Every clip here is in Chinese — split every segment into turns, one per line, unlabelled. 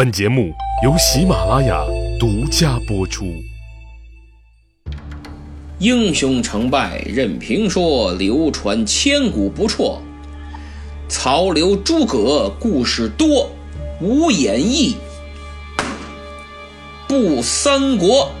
本节目由喜马拉雅独家播出。
英雄成败任评说，流传千古不辍。曹刘诸葛故事多，无演义不三国。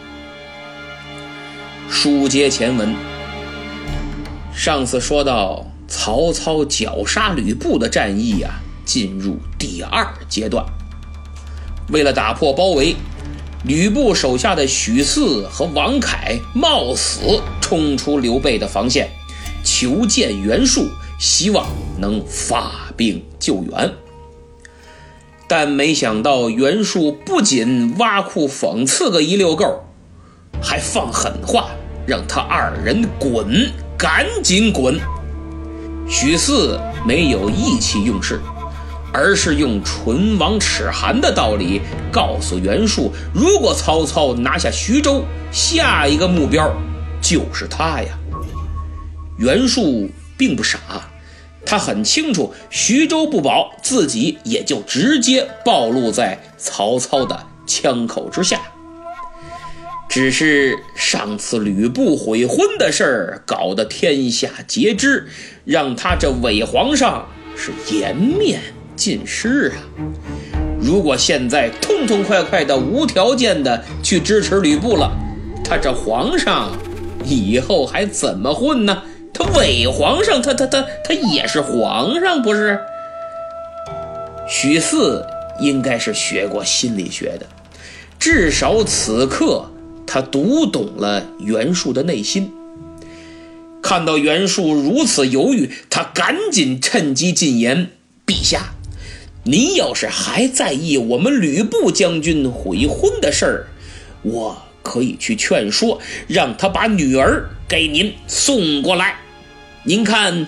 书接前文，上次说到曹操绞杀吕布的战役进入第二阶段。为了打破包围，吕布手下的许四和王凯冒死冲出刘备的防线，求见袁术，希望能发兵救援。但没想到袁术不仅挖苦讽刺个一溜够，还放狠话，让他二人滚，赶紧滚。许四没有意气用事，而是用唇亡齿寒的道理告诉袁术，如果曹操拿下徐州，下一个目标就是他呀。袁术并不傻，他很清楚徐州不保，自己也就直接暴露在曹操的枪口之下。只是上次吕布悔婚的事儿搞得天下皆知，让他这伪皇上是颜面尽失啊！如果现在痛痛快快的无条件的去支持吕布了，他这皇上以后还怎么混呢？他伪皇上，他也是皇上不是？许四应该是学过心理学的，至少此刻他读懂了袁术的内心。看到袁术如此犹豫，他赶紧趁机进言：陛下，您要是还在意我们吕布将军悔婚的事儿，我可以去劝说，让他把女儿给您送过来。您看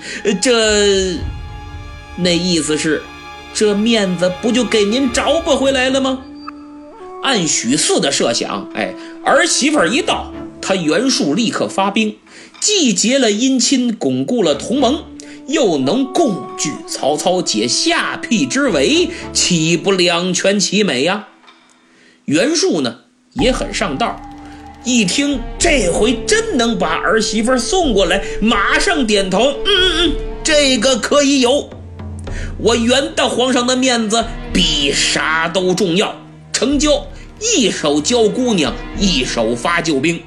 那意思是，这面子不就给您找不回来了吗？按许四的设想，儿媳妇一到，他袁术立刻发兵，既结了姻亲，巩固了同盟，又能共拒曹操，解下邳之围，岂不两全其美呀？袁术呢也很上道，一听这回真能把儿媳妇送过来，马上点头，这个可以有，我袁大皇上的面子比啥都重要，成交，一手交姑娘，一手发救兵。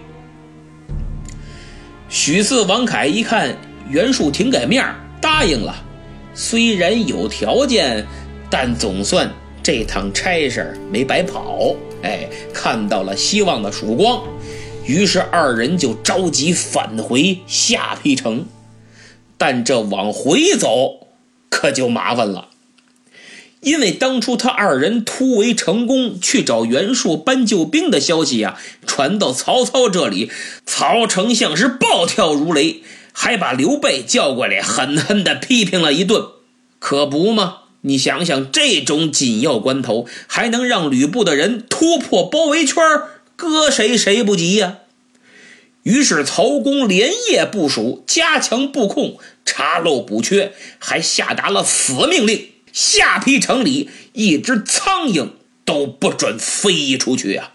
许四王凯一看袁术挺给面，答应了，虽然有条件，但总算这趟差事没白跑，看到了希望的曙光。于是二人就着急返回下邳城，但这往回走可就麻烦了，因为当初他二人突围成功，去找袁术搬救兵的消息传到曹操这里，曹丞相是暴跳如雷，还把刘备叫过来狠狠地批评了一顿。可不嘛，你想想，这种紧要关头还能让吕布的人突破包围圈，搁谁不急呀？于是曹公连夜部署，加强布控，查漏补缺，还下达了死命令，下邳城里一只苍蝇都不准飞出去啊！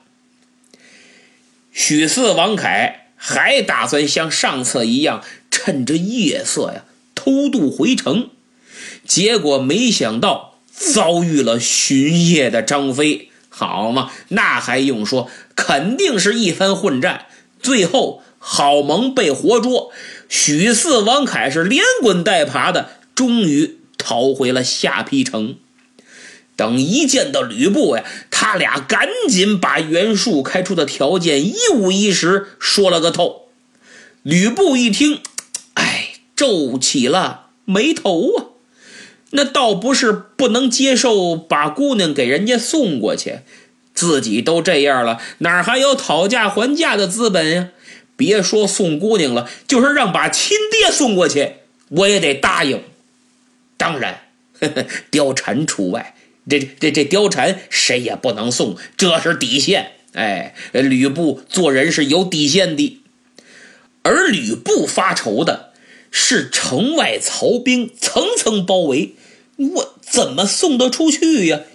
许四王凯还打算像上次一样，趁着夜色偷渡回城，结果没想到遭遇了巡夜的张飞。好嘛，那还用说，肯定是一番混战，最后郝萌被活捉，许四王凯是连滚带爬的，终于逃回了下邳城。等一见到吕布他俩赶紧把袁术开出的条件一五一十说了个透。吕布一听，皱起了眉头那倒不是不能接受把姑娘给人家送过去，自己都这样了，哪还有讨价还价的资本呀？别说送姑娘了，就是让把亲爹送过去，我也得答应。当然，貂蝉除外，这貂蝉谁也不能送，这是底线。吕布做人是有底线的。而吕布发愁的是城外曹兵层层包围，我怎么送得出去呀？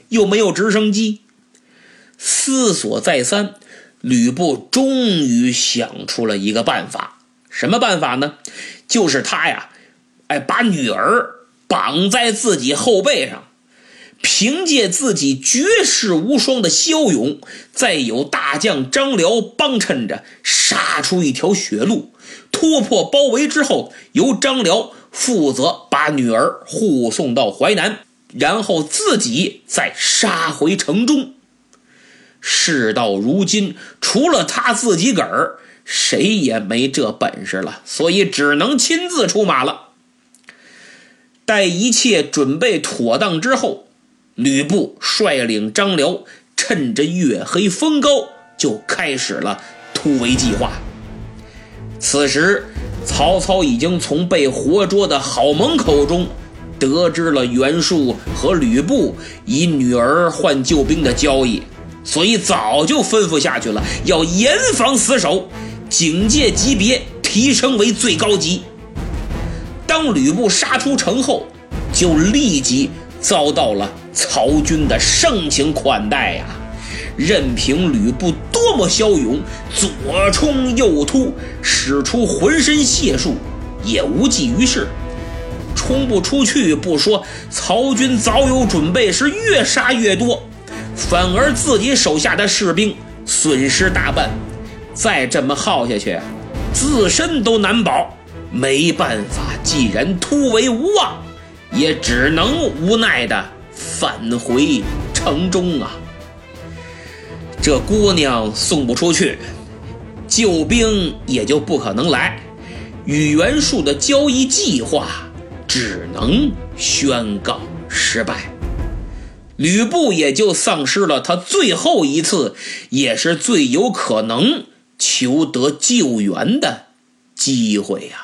又没有直升机。思索再三，吕布终于想出了一个办法。什么办法呢？就是他呀，把女儿绑在自己后背上，凭借自己绝世无双的骁勇，再有大将张辽帮衬着，杀出一条血路，突破包围之后，由张辽负责把女儿护送到淮南，然后自己再杀回城中。事到如今，除了他自己个儿，谁也没这本事了，所以只能亲自出马了。待一切准备妥当之后，吕布率领张辽趁着月黑风高就开始了突围计划。此时曹操已经从被活捉的郝萌口中得知了袁术和吕布以女儿换救兵的交易，所以早就吩咐下去了，要严防死守，警戒级别提升为最高级。当吕布杀出城后，就立即遭到了曹军的盛情款待呀。任凭吕布多么骁勇，左冲右突，使出浑身解数，也无济于事。冲不出去不说，曹军早有准备，是越杀越多，反而自己手下的士兵损失大半。再这么耗下去，自身都难保。没办法，既然突围无望，也只能无奈地返回城中啊。这姑娘送不出去，救兵也就不可能来，与袁术的交易计划只能宣告失败。吕布也就丧失了他最后一次，也是最有可能求得救援的机会呀。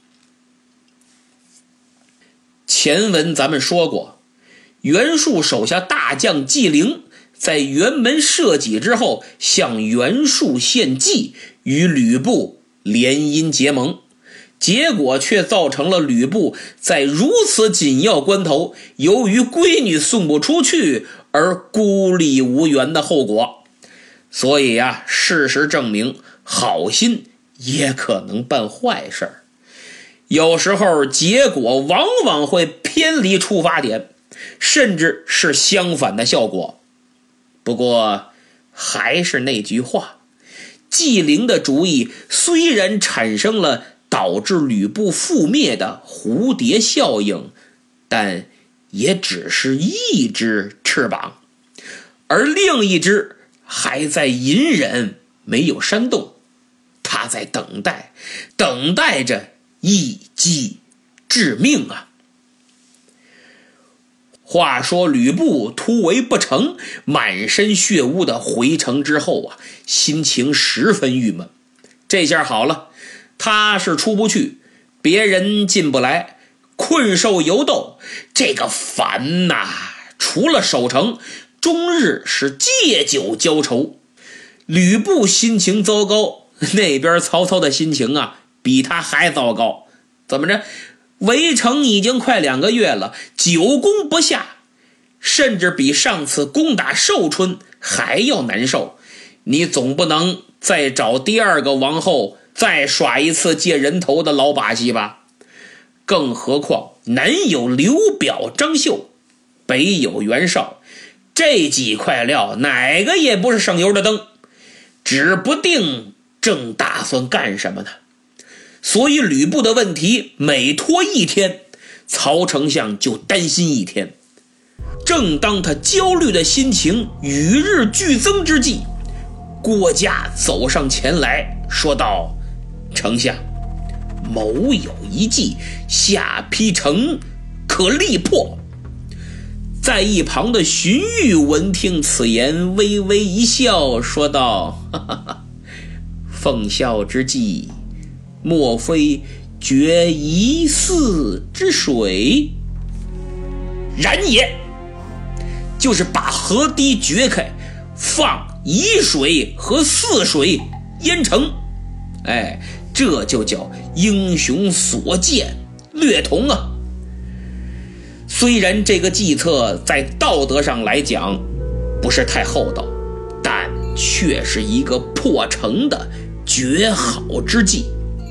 前文咱们说过，袁术手下大将纪灵在辕门射戟之后，向袁术献计，与吕布联姻结盟，结果却造成了吕布在如此紧要关头，由于闺女送不出去而孤立无援的后果。所以啊，事实证明，好心也可能办坏事，有时候结果往往会偏离出发点，甚至是相反的效果。不过还是那句话，纪灵的主意虽然产生了导致吕布覆灭的蝴蝶效应，但也只是一只翅膀，而另一只还在隐忍，没有煽动。他在等待，等待着一击致命啊！话说吕布突围不成，满身血污的回城之后啊，心情十分郁闷。这下好了，他是出不去，别人进不来，困兽犹斗，这个烦呐！除了守城，终日是借酒浇愁。吕布心情糟糕，那边曹操的心情啊，比他还糟糕。怎么着？围城已经快2个月了，久攻不下，甚至比上次攻打寿春还要难受。你总不能再找第2个王后，再耍一次借人头的老把戏吧？更何况南有刘表、张绣，北有袁绍，这几块料哪个也不是省油的灯，指不定正打算干什么呢。所以吕布的问题每拖一天，曹丞相就担心一天。正当他焦虑的心情与日俱增之际，郭嘉走上前来说道：丞相，某有一计，下邳城可力破。在一旁的荀彧闻听此言，微微一笑，说道：哈哈哈，奉孝之计，莫非决一泗之水？然也，就是把河堤掘开，放沂水和泗水淹城。这就叫英雄所见略同啊。 虽然这个计策在道德上来讲不是太厚道，但却是一个破城的绝好之计。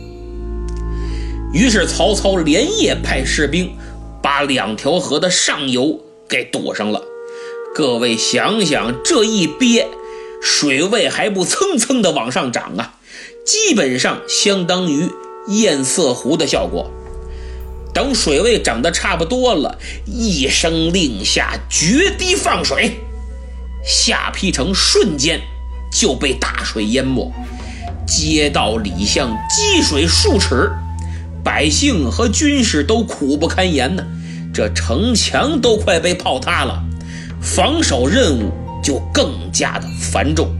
于是曹操连夜派士兵把2条河的上游给堵上了。各位想想，这一憋，水位还不蹭蹭的往上涨啊，基本上相当于堰塞湖的效果。等水位涨得差不多了，一声令下，决堤放水，下邳城瞬间就被大水淹没，街道里巷积水数尺，百姓和军士都苦不堪言呢。这城墙都快被炮塌了，防守任务就更加的繁重。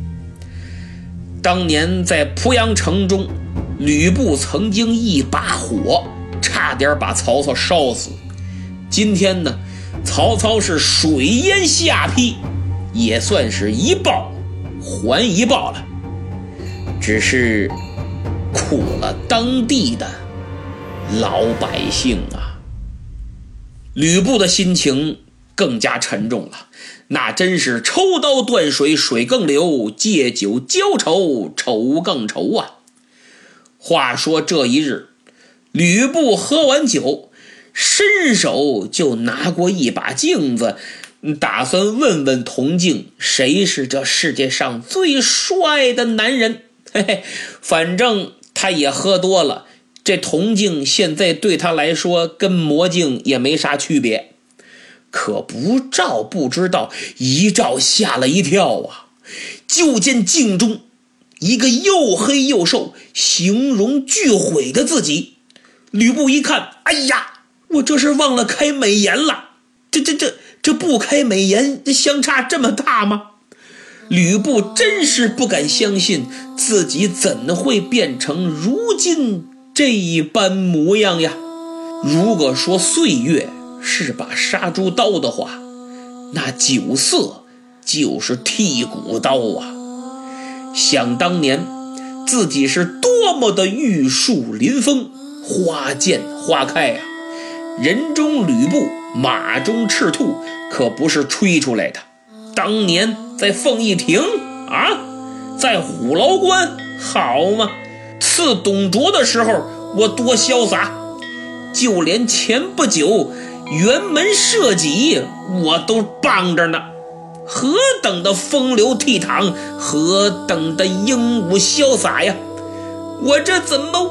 当年在濮阳城中，吕布曾经一把火差点把曹操烧死。今天呢，曹操是水淹下邳，也算是一报还一报了，只是苦了当地的老百姓啊。吕布的心情更加沉重了，那真是抽刀断水水更流，借酒浇愁愁更愁啊。话说这一日，吕布喝完酒，伸手就拿过一把镜子，打算问问铜镜谁是这世界上最帅的男人。嘿嘿，反正他也喝多了，这铜镜现在对他来说跟魔镜也没啥区别。可不照不知道，一照吓了一跳啊！就见镜中一个又黑又瘦、形容俱毁的自己。吕布一看，哎呀，我这是忘了开美颜了，这不开美颜，这相差这么大吗？吕布真是不敢相信自己怎会变成如今这一般模样呀。如果说岁月是把杀猪刀的话，那酒色就是剔骨刀啊。想当年自己是多么的玉树临风，花见花开啊！人中吕布，马中赤兔，可不是吹出来的。当年在凤翼亭啊，在虎牢关，好嘛，刺董卓的时候我多潇洒，就连前不久辕门射戟我都棒着呢。何等的风流倜傥，何等的英武潇洒呀！我这怎么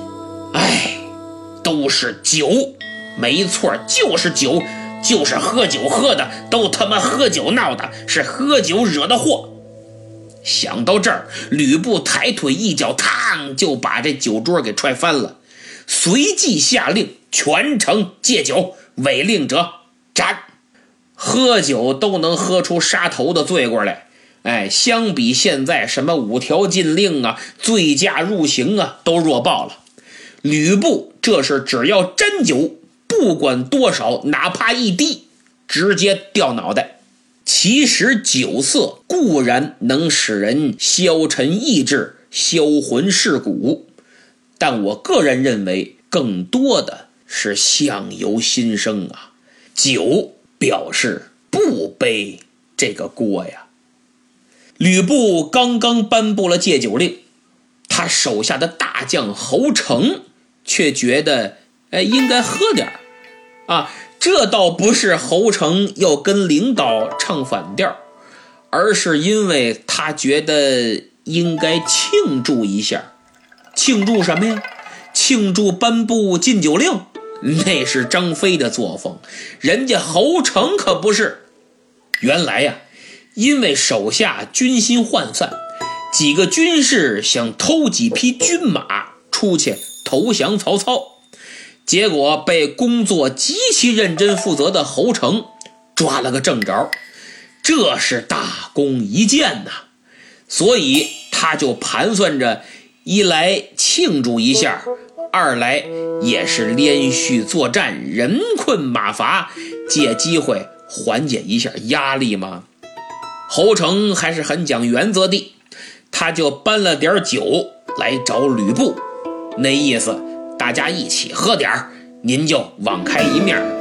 都是酒，没错，就是酒，就是喝酒喝的，都他妈喝酒闹的，是喝酒惹的祸。想到这儿，吕布抬腿一脚，嘡就把这酒桌给踹翻了，随即下令全城戒酒，违令者斩。喝酒都能喝出杀头的罪过来，相比现在什么5条禁令啊、醉驾入刑啊，都弱爆了。吕布这是只要沾酒，不管多少，哪怕一滴，直接掉脑袋。其实酒色固然能使人消沉意志、销魂蚀骨，但我个人认为更多的是相由心生啊。酒表示不背这个锅呀。吕布刚刚颁布了戒酒令，他手下的大将侯成却觉得应该喝点啊。这倒不是侯成要跟领导唱反调，而是因为他觉得应该庆祝一下。庆祝什么呀？庆祝颁布禁酒令？那是张飞的作风，人家侯成可不是。原来呀，因为手下军心涣散，几个军士想偷几匹军马出去投降曹操，结果被工作极其认真负责的侯成抓了个正着，这是大功一件呐。所以他就盘算着，一来庆祝一下，二来也是连续作战，人困马乏，借机会缓解一下压力嘛。侯成还是很讲原则的，他就搬了点酒来找吕布，那意思大家一起喝点，您就网开一面，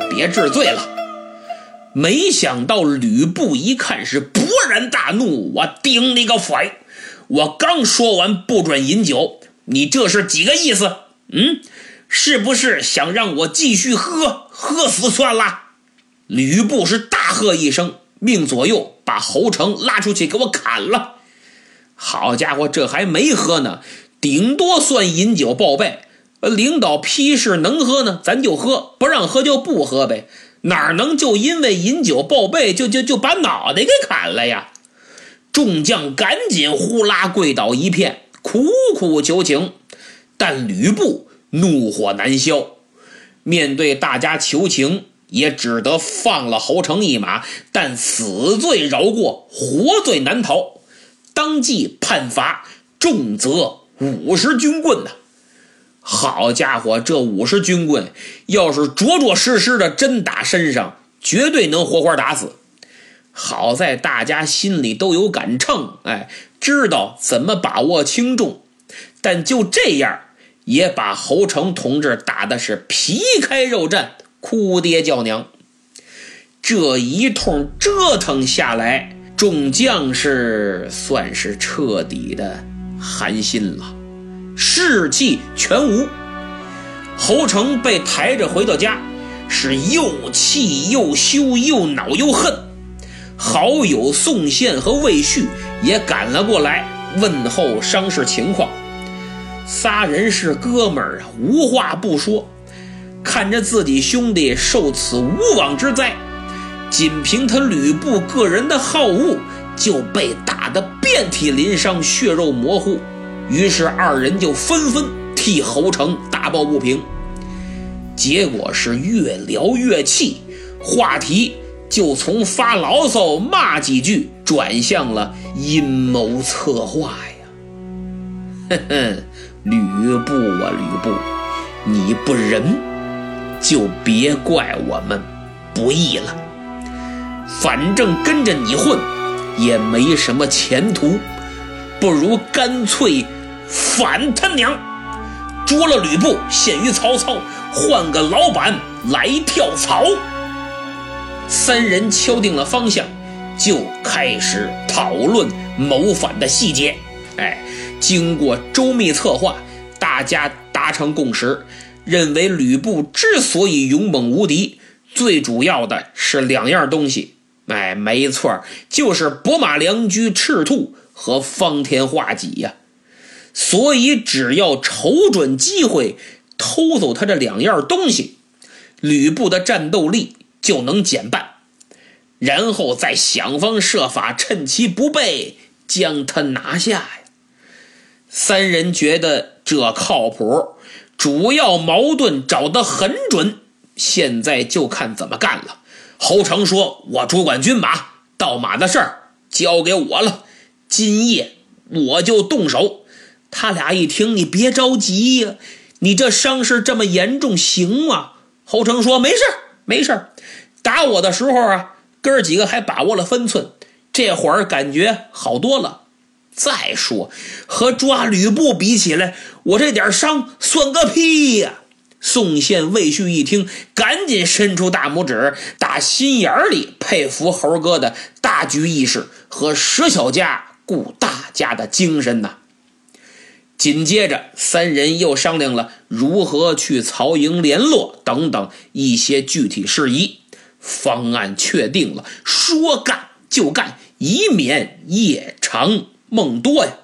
别治罪了。没想到吕布一看是勃然大怒，我顶你个甩！我刚说完不准饮酒，你这是几个意思？是不是想让我继续喝死算了？吕布是大喝一声，命左右把侯成拉出去给我砍了。好家伙，这还没喝呢，顶多算饮酒报备。领导批示能喝呢，咱就喝，不让喝就不喝呗。哪能就因为饮酒报备就把脑袋给砍了呀？众将赶紧呼啦跪倒一片，苦苦求情，但吕布怒火难消，面对大家求情，也只得放了侯成一马，但死罪饶过，活罪难逃，当即判罚重则50军棍呐。好家伙，这50军棍要是着着实实的真打身上，绝对能活活打死。好在大家心里都有杆秤，知道怎么把握轻重，但就这样也把侯成同志打的是皮开肉绽，哭爹叫娘。这一通折腾下来，众将士算是彻底的寒心了，士气全无。侯成被抬着回到家，是又气又羞又恼又恨。好友宋宪和魏续也赶了过来问候伤势情况。仨人是哥们儿，无话不说。看着自己兄弟受此无妄之灾，仅凭他吕布个人的好恶就被打得遍体鳞伤，血肉模糊。于是二人就纷纷替侯成打抱不平。结果是越聊越气，话题就从发牢骚骂几句转向了阴谋策划呀。吕布啊吕布，你不仁就别怪我们不义了，反正跟着你混也没什么前途，不如干脆反他娘，捉了吕布献于曹操，换个老板来跳槽。三人敲定了方向，就开始讨论谋反的细节。经过周密策划，大家达成共识，认为吕布之所以勇猛无敌，最主要的是两样东西。没错，就是伯马良驹赤兔和方天画戟呀。所以只要瞅准机会偷走他这两样东西，吕布的战斗力就能减半，然后再想方设法趁其不备将他拿下呀。三人觉得这靠谱，主要矛盾找得很准，现在就看怎么干了。侯成说，我主管军马，盗马的事儿交给我了，今夜我就动手。他俩一听，你别着急呀，你这伤势这么严重行吗？侯成说，没事，打我的时候啊，哥几个还把握了分寸，这会儿感觉好多了。再说和抓吕布比起来，我这点伤算个屁呀。宋宪魏续一听，赶紧伸出大拇指，打心眼里佩服猴哥的大局意识和舍小家顾大家的精神呐。紧接着三人又商量了如何去曹营联络等等一些具体事宜，方案确定了，说干就干，以免夜长梦多呀。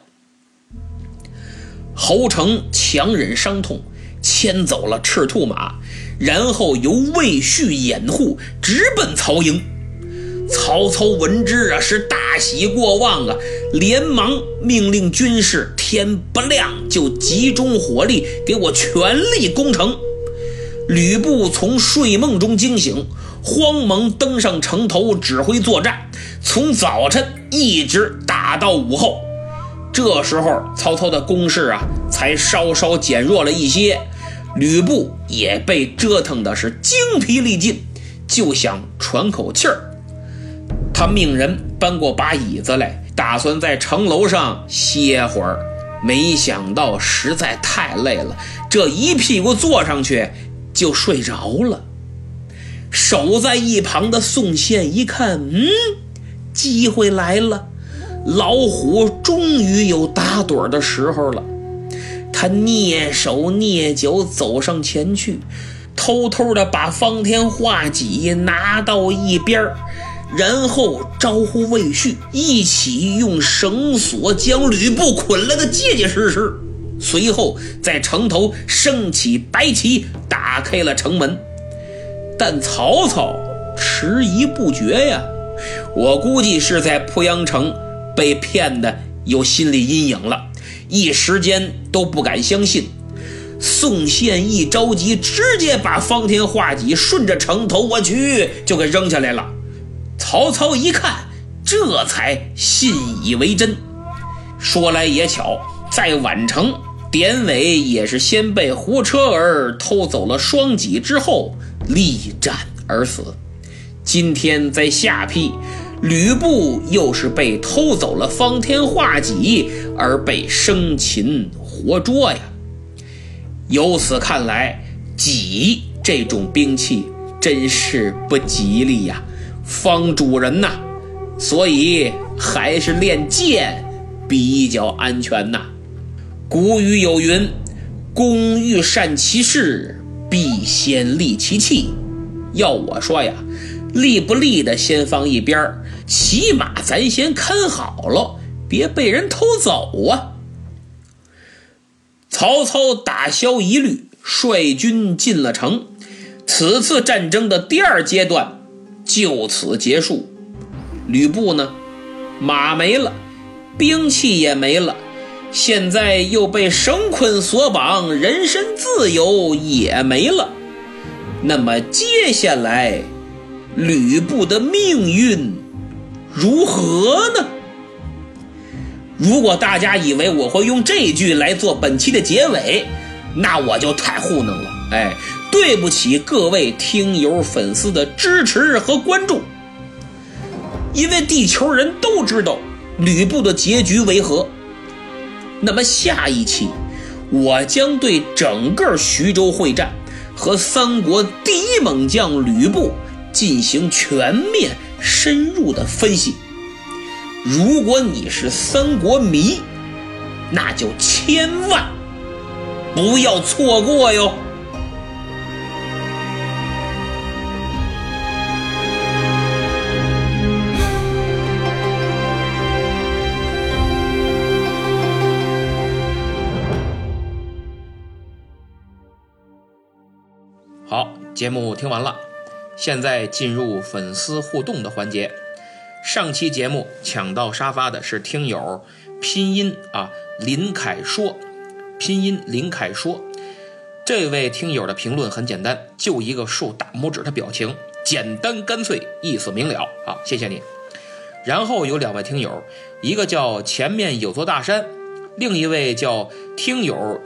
侯成强忍伤痛，牵走了赤兔马，然后由魏续掩护，直奔曹营。曹操闻之啊，是大喜过望啊，连忙命令军士天不亮就集中火力，给我全力攻城。吕布从睡梦中惊醒，慌忙登上城头指挥作战，从早晨一直打到午后。这时候曹操的攻势啊才稍稍减弱了一些，吕布也被折腾的是精疲力尽，就想喘口气儿。他命人搬过把椅子来，打算在城楼上歇会儿，没想到实在太累了，这一屁股坐上去就睡着了。 守在一旁的宋宪一看，机会来了，老虎终于有打盹的时候了。他蹑手蹑脚走上前去，偷偷的把方天画戟拿到一边，然后招呼魏续一起用绳索将吕布捆了个结结实实。随后在城头升起白旗，打开了城门。但曹操迟疑不决呀，我估计是在濮阳城被骗的有心理阴影了，一时间都不敢相信。宋宪一着急，直接把方天画戟顺着城头我去就给扔下来了。曹操一看，这才信以为真。说来也巧，在宛城，典韦也是先被胡车儿偷走了双戟之后力战而死。今天在下邳，吕布又是被偷走了方天画戟而被生擒活捉呀。由此看来，戟这种兵器真是不吉利呀，方主人呐，所以还是练剑比较安全呐。古语有云，工欲善其事，必先利其器。要我说呀，利不利的先放一边，起码咱先看好了，别被人偷走啊。曹操打消疑虑，率军进了城。此次战争的第二阶段就此结束。吕布呢，马没了，兵器也没了，现在又被绳捆索绑，人身自由也没了。那么接下来吕布的命运如何呢？如果大家以为我会用这句来做本期的结尾，那我就太糊弄了。对不起各位听友粉丝的支持和关注。因为地球人都知道吕布的结局为何，那么下一期我将对整个徐州会战和三国第一猛将吕布进行全面深入的分析。如果你是三国迷，那就千万不要错过哟。好，节目听完了，现在进入粉丝互动的环节。上期节目抢到沙发的是听友拼音林凯说，拼音林凯说。这位听友的评论很简单，就一个竖大拇指的表情，简单干脆，意思明了。好，谢谢你。然后有两位听友，一个叫前面有座大山，另一位叫听友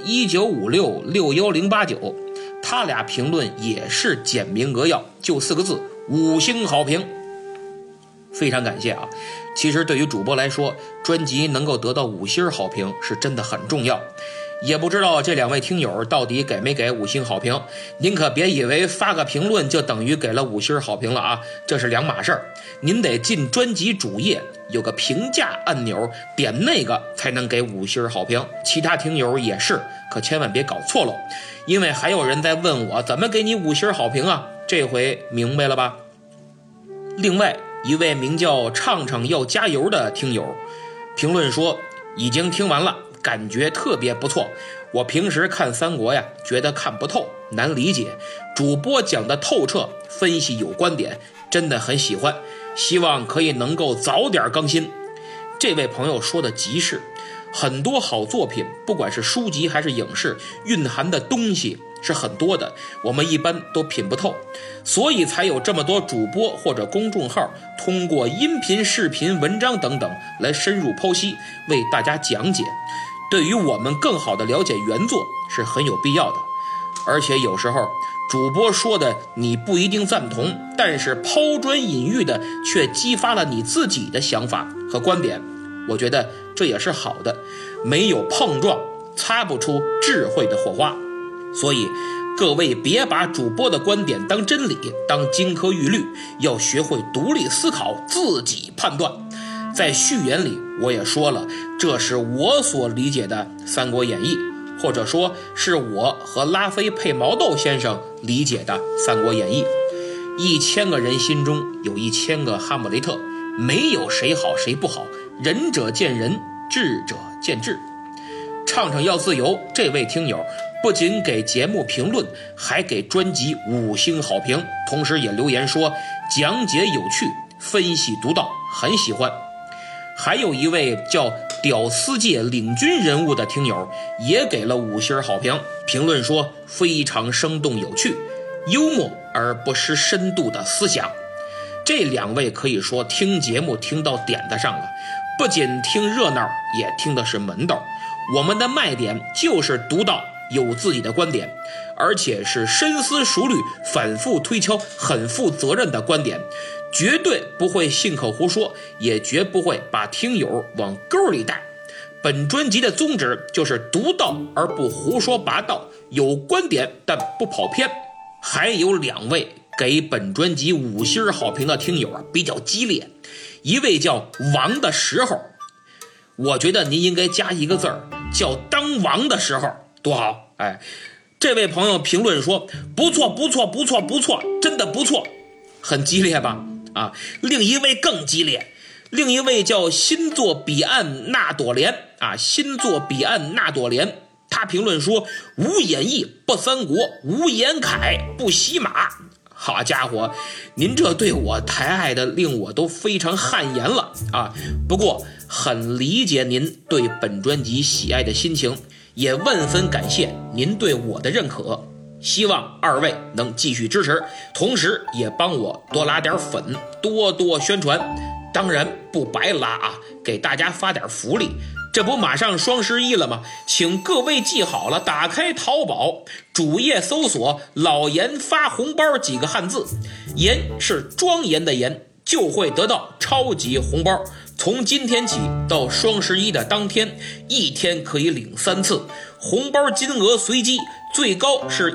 19566189，他俩评论也是简明扼要，就4个字：5星好评。非常感谢啊！其实对于主播来说，专辑能够得到5星好评是真的很重要。也不知道这两位听友到底给没给5星好评，您可别以为发个评论就等于给了5星好评了啊，这是两码事儿。您得进专辑主页有个评价按钮，点那个才能给5星好评。其他听友也是，可千万别搞错了，因为还有人在问我怎么给你5星好评啊，这回明白了吧？另外一位名叫畅畅要加油的听友评论说，已经听完了，感觉特别不错。我平时看三国呀，觉得看不透，难理解，主播讲的透彻，分析有观点，真的很喜欢，希望可以能够早点更新。这位朋友说的极是，很多好作品，不管是书籍还是影视，蕴含的东西是很多的，我们一般都品不透，所以才有这么多主播或者公众号通过音频、视频、文章等等来深入剖析，为大家讲解。对于我们更好的了解原作是很有必要的。而且有时候主播说的你不一定赞同，但是抛砖引玉的却激发了你自己的想法和观点，我觉得这也是好的。没有碰撞，擦不出智慧的火花。所以各位别把主播的观点当真理，当金科玉律，要学会独立思考，自己判断。在序言里我也说了，这是我所理解的《三国演义》，或者说是我和拉菲配毛豆先生理解的《三国演义》。1000个人心中有1000个哈姆雷特，没有谁好谁不好，仁者见仁，智者见智。畅畅要自由这位听友不仅给节目评论，还给专辑5星好评，同时也留言说讲解有趣，分析独到，很喜欢。还有一位叫屌丝界领军人物的听友也给了5星好评，评论说非常生动有趣，幽默而不失深度的思想。这2位可以说听节目听到点子上了，不仅听热闹，也听的是门道。我们的卖点就是独到，有自己的观点，而且是深思熟虑，反复推敲，很负责任的观点，绝对不会信口胡说，也绝不会把听友往沟里带。本专辑的宗旨就是独到而不胡说八道，有观点但不跑偏。还有2位给本专辑5星好评的听友比较激烈，一位叫王的时候，我觉得您应该加一个字儿，叫当王的时候，多好。这位朋友评论说不错不错不错不错，真的不错，很激烈吧？另一位更激烈，另一位叫新作彼岸那朵莲新作彼岸那朵莲，他评论说无演义不三国，无严凯不洗马。好家伙，您这对我抬爱的令我都非常汗颜了不过很理解您对本专辑喜爱的心情，也万分感谢您对我的认可，希望2位能继续支持，同时也帮我多拉点粉，多多宣传。当然不白拉给大家发点福利，这不马上双11了吗？请各位记好了，打开淘宝主页搜索老严发红包几个汉字，严是庄严的严，就会得到超级红包。从今天起到双11的当天，一天可以领3次，红包金额随机，最高是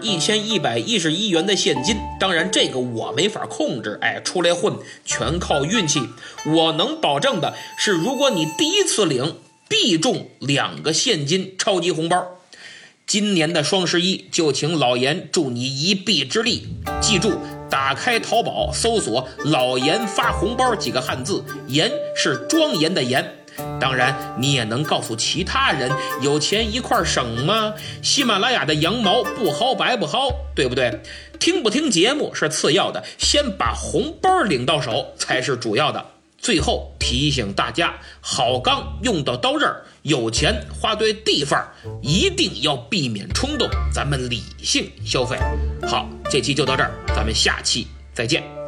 1111元的现金，当然这个我没法控制，出来混全靠运气。我能保证的是，如果你第一次领，必中2个现金超级红包。今年的双11就请老严助你一臂之力，记住打开淘宝搜索老严发红包几个汉字，严是庄严的严。当然你也能告诉其他人，有钱一块省吗？喜马拉雅的羊毛不薅白不薅，对不对？听不听节目是次要的，先把红包领到手才是主要的。最后提醒大家，好钢用到刀刃，有钱花对地方，一定要避免冲动，咱们理性消费。好，这期就到这儿，咱们下期再见。